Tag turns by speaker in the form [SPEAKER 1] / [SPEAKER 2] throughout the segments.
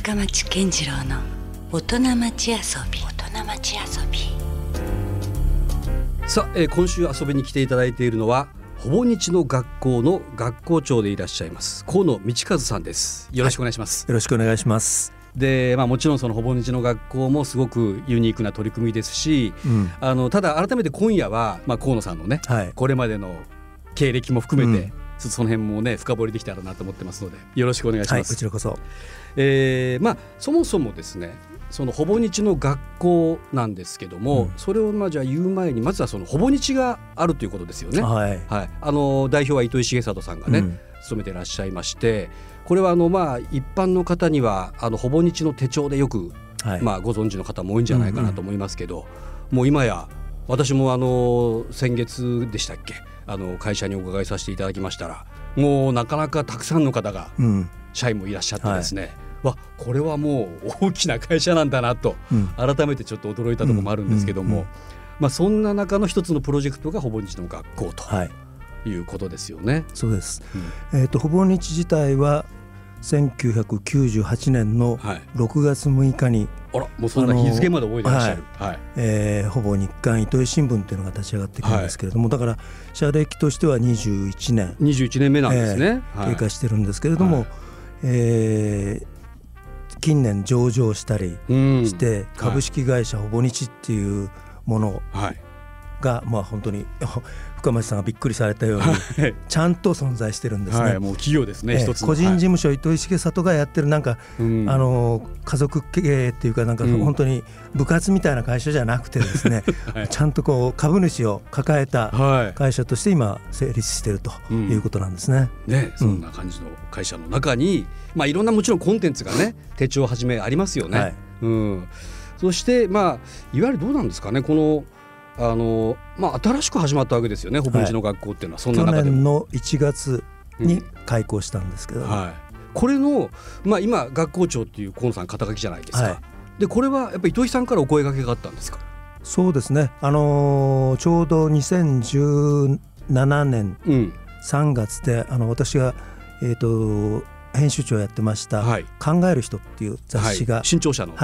[SPEAKER 1] 深町健次郎の大人町遊び。
[SPEAKER 2] さあ、今週遊びに来ていただいているのはほぼ日の学校の学校長でいらっしゃいます河野道和さんです。よろしくお願いします。
[SPEAKER 3] よろしくお願いします。
[SPEAKER 2] で、もちろんそのほぼ日の学校もすごくユニークな取り組みですし、ただ改めて今夜は、河野さんのね、これまでの経歴も含めて、その辺もね深掘りできたらなと思ってますのでよろしくお願いします。
[SPEAKER 3] こちらこそ。
[SPEAKER 2] そもそもですね、そのほぼ日の学校なんですけども、それをじゃあ言う前にまずはそのほぼ日があるということですよね。代表は糸井重里さんがね、務めていらっしゃいまして、これは一般の方にはほぼ日の手帳でよく、ご存知の方も多いんじゃないかなと思いますけど、もう今や私も先月でしたっけ、会社にお伺いさせていただきましたら、もうなかなかたくさんの方が、社員もいらっしゃってですね、これはもう大きな会社なんだなと、改めてちょっと驚いたところもあるんですけども、そんな中の一つのプロジェクトがほぼ日の学校ということですよね。
[SPEAKER 3] そうです。ほぼ日自体は1998年の6月6日に、
[SPEAKER 2] もうそんな日付まで覚えてらっしゃる、
[SPEAKER 3] ほぼ日刊糸井新聞というのが立ち上がってくるんですけれども、だから社歴としては21年
[SPEAKER 2] 目なんですね。
[SPEAKER 3] 経過してるんですけれども、近年上場したりして、株式会社ほぼ日っていうものが、本当に深町さんがびっくりされたように、ちゃんと存在してるんですね。
[SPEAKER 2] もう企業ですね、一つの
[SPEAKER 3] 個人事務所、糸井重里がやってる家族経営っていうか、本当に部活みたいな会社じゃなくてですね、ちゃんと株主を抱えた会社として今成立しているということなんですね。
[SPEAKER 2] そんな感じの会社の中に、いろんなもちろんコンテンツがね、手帳をはじめありますよね。そしていわゆるどうなんですかね、この新しく始まったわけですよね、ほぼ日の学校っていうのは。そんな中でも
[SPEAKER 3] 去年の1月に開校したんですけど、
[SPEAKER 2] これの、今学校長っていう河野さん肩書きじゃないですか。でこれはやっぱり糸井さんからお声掛けがあったんですか。
[SPEAKER 3] そうですね、ちょうど2017年3月で、私が編集長をやってました、考える人っていう雑誌が、
[SPEAKER 2] 新潮社の、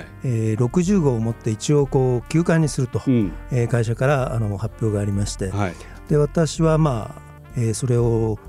[SPEAKER 3] 60号をもって一応休刊にすると、会社から発表がありまして、で私はそれを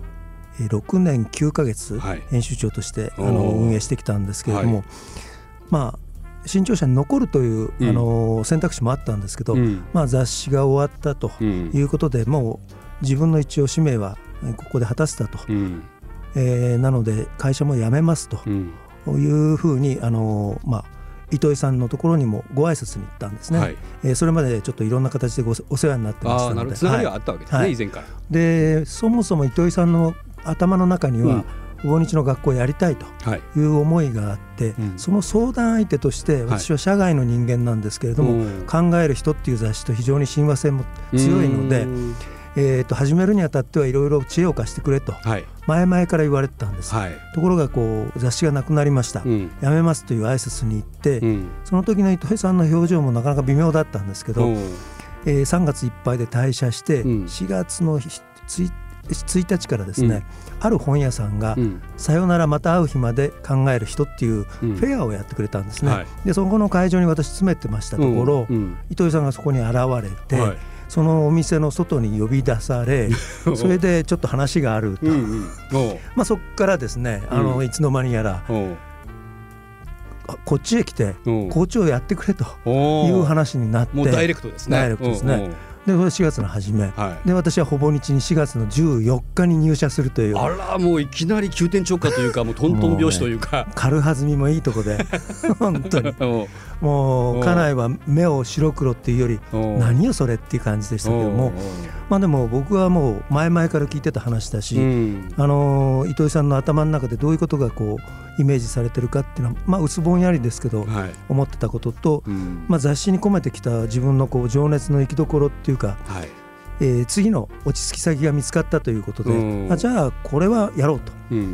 [SPEAKER 3] 6年9ヶ月編集長として運営してきたんですけれども、新潮社に残るという選択肢もあったんですけど、雑誌が終わったということで、もう自分の一応使命はここで果たせたと、なので会社も辞めますというふうに糸井さんのところにもご挨拶に行ったんですね。それまでちょっといろんな形でお世話になってましたので、
[SPEAKER 2] つながりはあったわけですね、以前から。
[SPEAKER 3] でそもそも糸井さんの頭の中には、ほぼ日の学校をやりたいという思いがあって、その相談相手として私は社外の人間なんですけれども、考える人っていう雑誌と非常に親和性も強いので、始めるにあたってはいろいろ知恵を貸してくれと、前々から言われてたんです。ところが雑誌がなくなりました、辞めますという挨拶に行って、その時の糸井さんの表情もなかなか微妙だったんですけど、3月いっぱいで退社して、4月の1日からですね、ある本屋さんが、さよならまた会う日まで考える人っていうフェアをやってくれたんですね。でそこの会場に私詰めてましたところ、糸井さんがそこに現れて、そのお店の外に呼び出されそれでちょっと話があるとそこからですね、いつの間にやらこっちへ来て校長やってくれという話になって、
[SPEAKER 2] もうダイレクトですね。
[SPEAKER 3] ダイレクトですね。で4月の初め、で私はほぼ日に4月の14日に入社するという、
[SPEAKER 2] もういきなり急転直下というか、もうトントン拍子というか、
[SPEAKER 3] 軽はずみもいいとこで本当にもう家内は目を白黒っていうより何よそれっていう感じでしたけども、でも僕はもう前々から聞いてた話だし、糸井さんの頭の中でどういうことがイメージされてるかっていうのは、薄ぼんやりですけど、思ってたことと、雑誌に込めてきた自分の情熱の生きどころっていうか、次の落ち着き先が見つかったということで、じゃあこれはやろうと、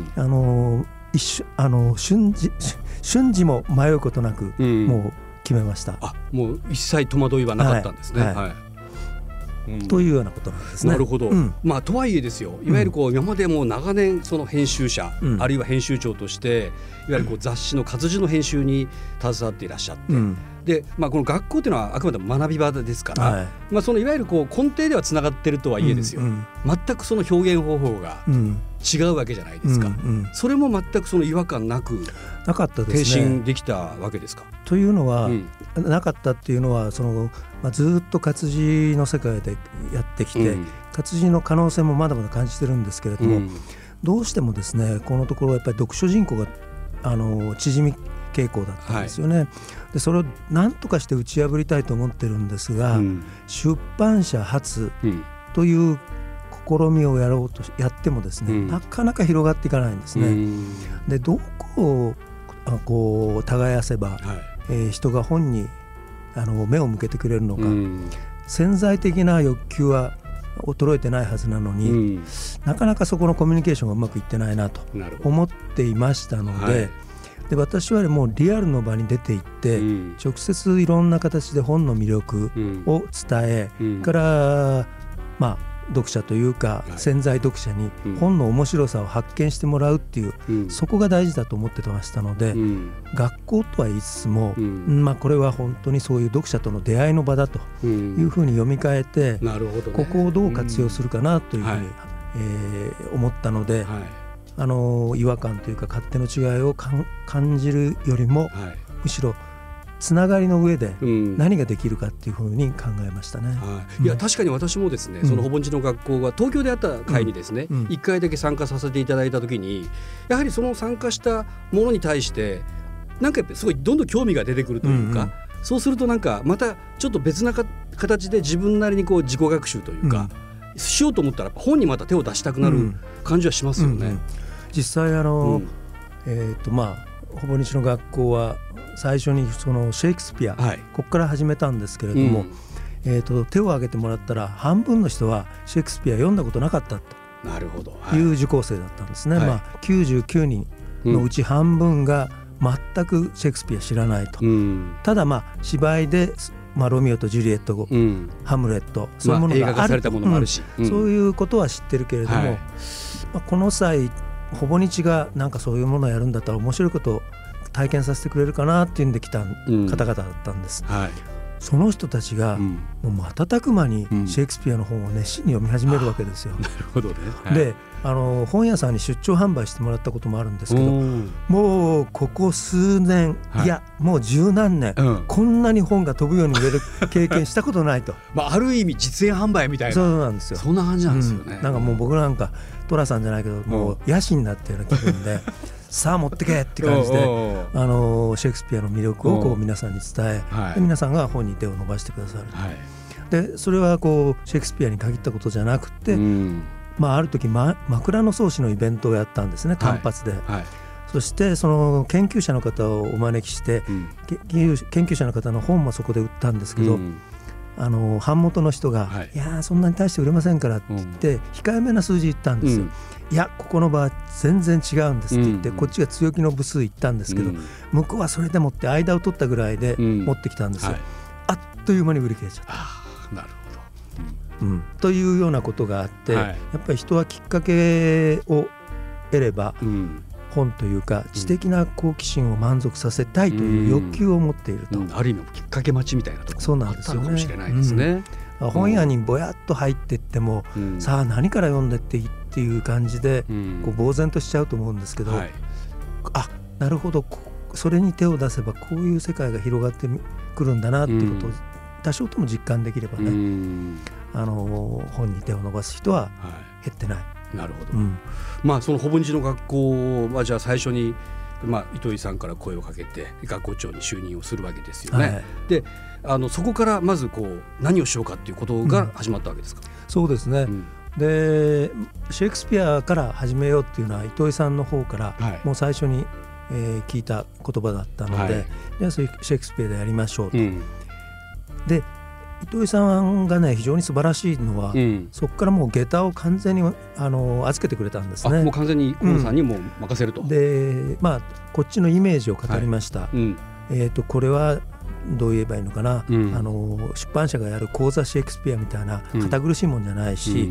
[SPEAKER 3] 瞬時も迷うことなく、もう決めました。
[SPEAKER 2] もう一切戸惑いはなかったんですね。
[SPEAKER 3] というようなことなんですね。
[SPEAKER 2] なるほど、まあ、とはいえですよ、いわゆるこう今までも長年その編集者、あるいは編集長としていわゆるこう雑誌の活字の編集に携わっていらっしゃって、でまあ、この学校というのはあくまでも学び場ですから、まあ、そのいわゆるこう根底ではつながっているとはいえですよ、全くその表現方法が違うわけじゃないですか、それも全くその違和感なく
[SPEAKER 3] なかったですね。
[SPEAKER 2] 挺身できたわけですか。
[SPEAKER 3] というのは、なかったっていうのはずっと活字の世界でやってきて、活字の可能性もまだまだ感じてるんですけれども、どうしてもですねこのところやっぱり読書人口が縮み傾向だったんですよね、でそれを何とかして打ち破りたいと思ってるんですが、出版社発という試みをやってもですね、なかなか広がっていかないんですね、でどこをこう耕せば、人が本に目を向けてくれるのか、潜在的な欲求は衰えてないはずなのに、なかなかそこのコミュニケーションがうまくいってないなと思っていましたので、で私はもうリアルの場に出ていって、直接いろんな形で本の魅力を伝え、からまあ読者というか潜在読者に本の面白さを発見してもらうっていう、そこが大事だと思ってましたので、学校とは言いつつも、まあ、これは本当にそういう読者との出会いの場だというふうに読み替えて、ここをどう活用するかなというふうに、思ったので、違和感というか勝手の違いを感じるよりも、むしろつながりの上で何ができるかっていうふうに考えましたね、
[SPEAKER 2] いや確かに私もですね、そのほぼ日の学校が東京であった会にですね、1回だけ参加させていただいた時に、やはりその参加したものに対してなんかやっぱすごいどんどん興味が出てくるというか、そうするとなんかまたちょっと別な形で自分なりにこう自己学習というか、しようと思ったら本にまた手を出したくなる感じはしますよね、
[SPEAKER 3] 実際まあほぼ日の学校は最初にそのシェイクスピア、ここから始めたんですけれども、手を挙げてもらったら半分の人はシェイクスピア読んだことなかったという受講生だったんですね、まあ、99人のうち半分が全くシェイクスピア知らないと、ただまあ芝居で、ロミオとジュリエット、ハムレット、そういうものがあると、そういうことは知ってるけれども、この際ほぼ日がなんかそういうものをやるんだったら面白いことを体験させてくれるかなっていうんで来た方々だったんです、その人たちがもう瞬く間にシェイクスピアの本を熱心に読み始めるわけですよ、
[SPEAKER 2] なるほどね、
[SPEAKER 3] で本屋さんに出張販売してもらったこともあるんですけど、もうここ数年、いやもう十何年、こんなに本が飛ぶように売れる経験したことないと
[SPEAKER 2] ある意味実演販売みたいな、
[SPEAKER 3] そうなんですよ、
[SPEAKER 2] そんな感じなんですよね、
[SPEAKER 3] なんかもう僕なんか寅さんじゃないけど、もう野心になったような気分でさあ持ってけって感じでシェイクスピアの魅力をこう皆さんに伝え、で皆さんが本に手を伸ばしてくださる、でそれはこうシェイクスピアに限ったことじゃなくて、ある時、枕草子のイベントをやったんですね、単発で、そしてその研究者の方をお招きして、研究者の方の本もそこで売ったんですけど、版元の人が、いやそんなに大して売れませんからって言って控えめな数字言ったんですよ、いやここの場は全然違うんですって言って、こっちが強気の部数言ったんですけど、向こうはそれでもって間を取ったぐらいで持ってきたんですよ、あっという間に売り切れちゃった。
[SPEAKER 2] なるほど、
[SPEAKER 3] というようなことがあって、やっぱり人はきっかけを得れば、本というか知的な好奇心を満足させたいという欲求を持っていると、
[SPEAKER 2] ある意味きっかけ待ちみたいなところがあったのかもしれないですね。
[SPEAKER 3] 本屋にぼやっと入っていっても、さあ何から読んでっていいっていう感じで、こう呆然としちゃうと思うんですけど、なるほど、それに手を出せばこういう世界が広がってくるんだなっていうことを多少とも実感できればね、本に手を伸ばす人は減ってない。
[SPEAKER 2] なるほど、そのほぼ日の学校はじゃあ最初に、糸井さんから声をかけて学校長に就任をするわけですよね、でそこからまずこう何をしようかっていうことが始まったわけですか。
[SPEAKER 3] そうですね、でシェイクスピアから始めようっていうのは糸井さんの方からもう最初に、聞いた言葉だったので、じゃあシェイクスピアでやりましょうと、で糸井さんがね非常に素晴らしいのは、そこからもう下駄を完全に預けてくれたんですね。
[SPEAKER 2] もう完全に河野さんにも任せると、
[SPEAKER 3] でこっちのイメージを語りました、これはどう言えばいいのかな、出版社がやる講座シェイクスピアみたいな堅苦しいもんじゃないし、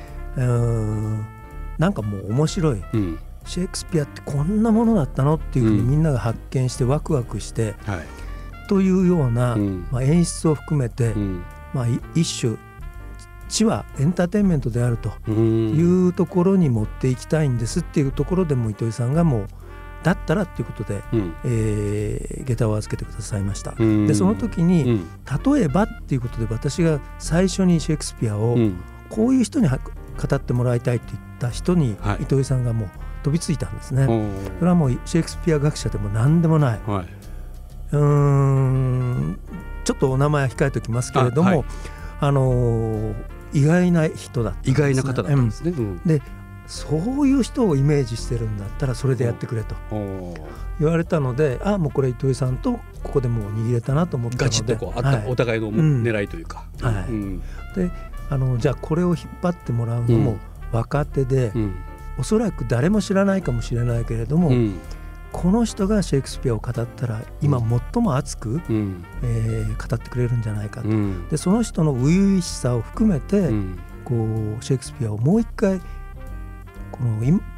[SPEAKER 3] なんかもう面白い、シェイクスピアってこんなものだったのっていうふうにみんなが発見してワクワクして、というような、演出を含めて、一種知はエンターテインメントであるというところに持っていきたいんですっていうところでも糸井さんがもうだったらっていうことで、下駄を預けてくださいました。でその時に、例えばっていうことで私が最初にシェイクスピアをこういう人に語ってもらいたいって言った人に、糸井さんがもう飛びついたんですね。それはもうシェイクスピア学者でも何でもない、ちょっとお名前は控えておきますけれども、意外な人だったんですね。
[SPEAKER 2] 意外な方だったんですね。
[SPEAKER 3] でそういう人をイメージしてるんだったらそれでやってくれと言われたので、もうこれ糸井さんとここでもう握れたなと思ったので、
[SPEAKER 2] ガチッとこうあった、お互いの狙いというか、
[SPEAKER 3] でじゃあこれを引っ張ってもらうのも若手で、おそらく誰も知らないかもしれないけれども、この人がシェイクスピアを語ったら今最も熱く、語ってくれるんじゃないかと、でその人の初々しさを含めて、こうシェイクスピアをもう一回この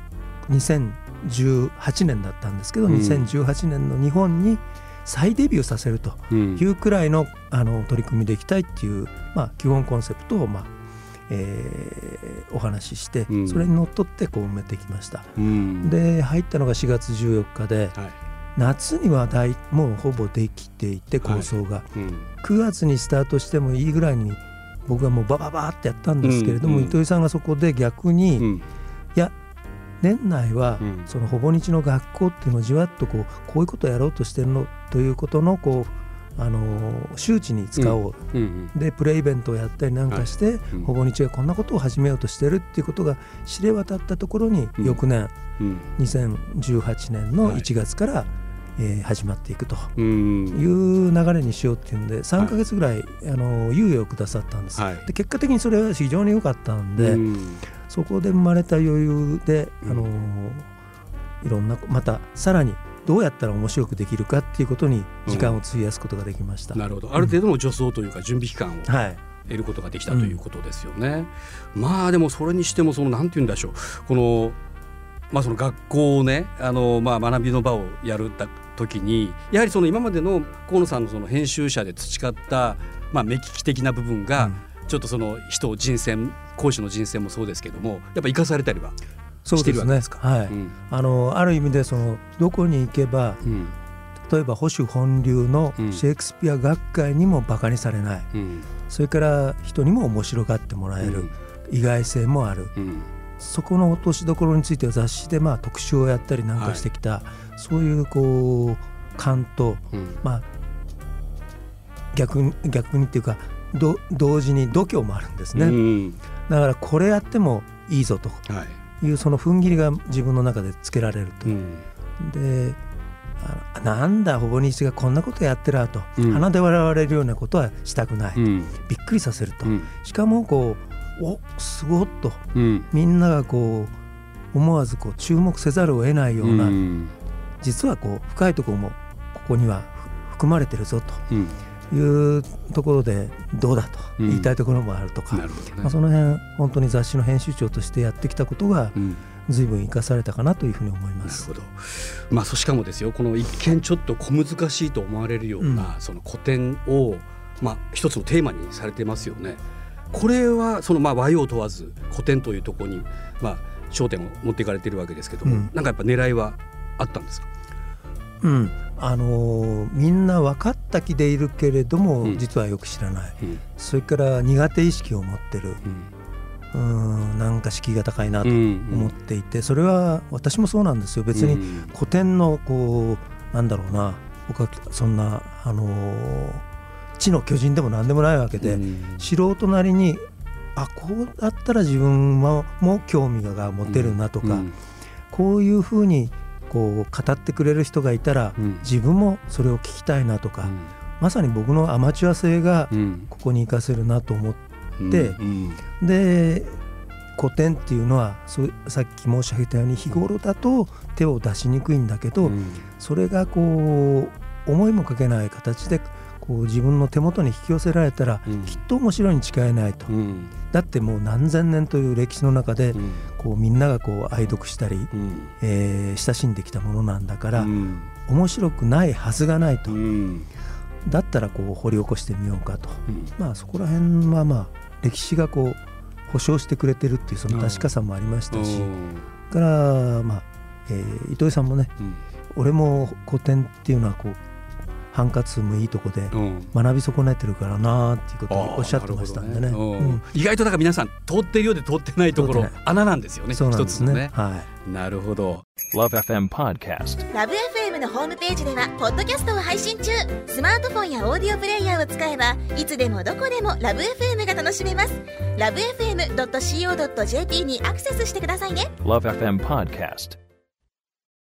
[SPEAKER 3] 2018年だったんですけど、2018年の日本に再デビューさせるというくらいの、取り組みでいきたいっていう、基本コンセプトを、お話しして、それにのっとってこう埋めてきました。で入ったのが4月14日で、夏にはもうほぼできていて構想が、9月にスタートしてもいいぐらいに僕はもうバババーってやったんですけれども、糸井さんがそこで逆に、いや年内はそのほぼ日の学校っていうのをじわっとこういうことをやろうとしてるのということの周知に使おう、でプレイベントをやったりなんかして、ほぼ日がこんなことを始めようとしてるっていうことが知れ渡ったところに、翌年、2018年の1月から、始まっていくという流れにしようっていうんで3ヶ月ぐらい、猶予をくださったんです。で結果的にそれは非常に良かったんで、そこで生まれた余裕で、いろんなまたさらにどうやったら面白くできるかっていうことに時間を費やすことができました。
[SPEAKER 2] なるほど。ある程度の助走というか準備期間を得ることができたということですよね。でもそれにしてもなんて言うんでしょう、このその学校をね、学びの場をやる時にやはりその今までの河野さんのその編集者で培った目利き的な部分が、ちょっとその講師の人選もそうですけども、やっぱ生かされたりはしてるわけですか。
[SPEAKER 3] ある意味でどこに行けば、例えば保守本流のシェイクスピア学会にもバカにされない、それから人にも面白がってもらえる、意外性もある、そこの落としどころについては雑誌で特集をやったりなんかしてきた、そういう感と、逆にっていうか同時に度胸もあるんですね。だからこれやってもいいぞというその踏ん切りが自分の中でつけられると、でなんだほぼ日がこんなことやってらと、鼻で笑われるようなことはしたくない、びっくりさせると、しかもすごっと、みんなが思わず注目せざるを得ないような、実は深いところもここには含まれてるぞというところでどうだと言いたいところもあるとか、その辺本当に雑誌の編集長としてやってきたことが随分生かされたかなというふうに思います。
[SPEAKER 2] なるほど。しかもですよ、この一見ちょっと小難しいと思われるような、その古典を一つのテーマにされてますよね。これは和洋問わず古典というところに焦点を持っていかれているわけですけども、なんかやっぱ狙いはあったんですか？
[SPEAKER 3] みんな分かった気でいるけれども、実はよく知らない、それから苦手意識を持ってる、なんか敷居が高いなと思っていて、それは私もそうなんですよ。別に古典のなんだろうな、僕はそんな知の巨人でも何でもないわけで、素人なりにこうだったら自分も興味が持てるなとか、こういうふうに語ってくれる人がいたら、自分もそれを聞きたいなとか、まさに僕のアマチュア性がここに活かせるなと思って、で古典っていうのはさっき申し上げたように日頃だと手を出しにくいんだけど、それが思いもかけない形でこう自分の手元に引き寄せられたら、きっと面白いに違いないと、だってもう何千年という歴史の中で、こうみんながこう愛読したり、親しんできたものなんだから、面白くないはずがないと、だったらこう掘り起こしてみようかと、そこら辺は歴史がこう保証してくれてるっていうその確かさもありましたし、から、糸井さんもね、俺も古典っていうのはこうハンカツもいいとこで学び損ねてるからなっていうことをおっしゃってましたんでね、
[SPEAKER 2] 意外とだから皆さん通ってるようで通ってないところ穴なんですよね。
[SPEAKER 3] そうなんですね。
[SPEAKER 2] なるほど。
[SPEAKER 4] LoveFM Podcast。
[SPEAKER 5] LoveFM のホームページではポッドキャストを配信中。スマートフォンやオーディオプレイヤーを使えばいつでもどこでも LoveFM が楽しめます。 LoveFM.co.jp にアクセスしてくださいね。
[SPEAKER 4] LoveFM Podcast。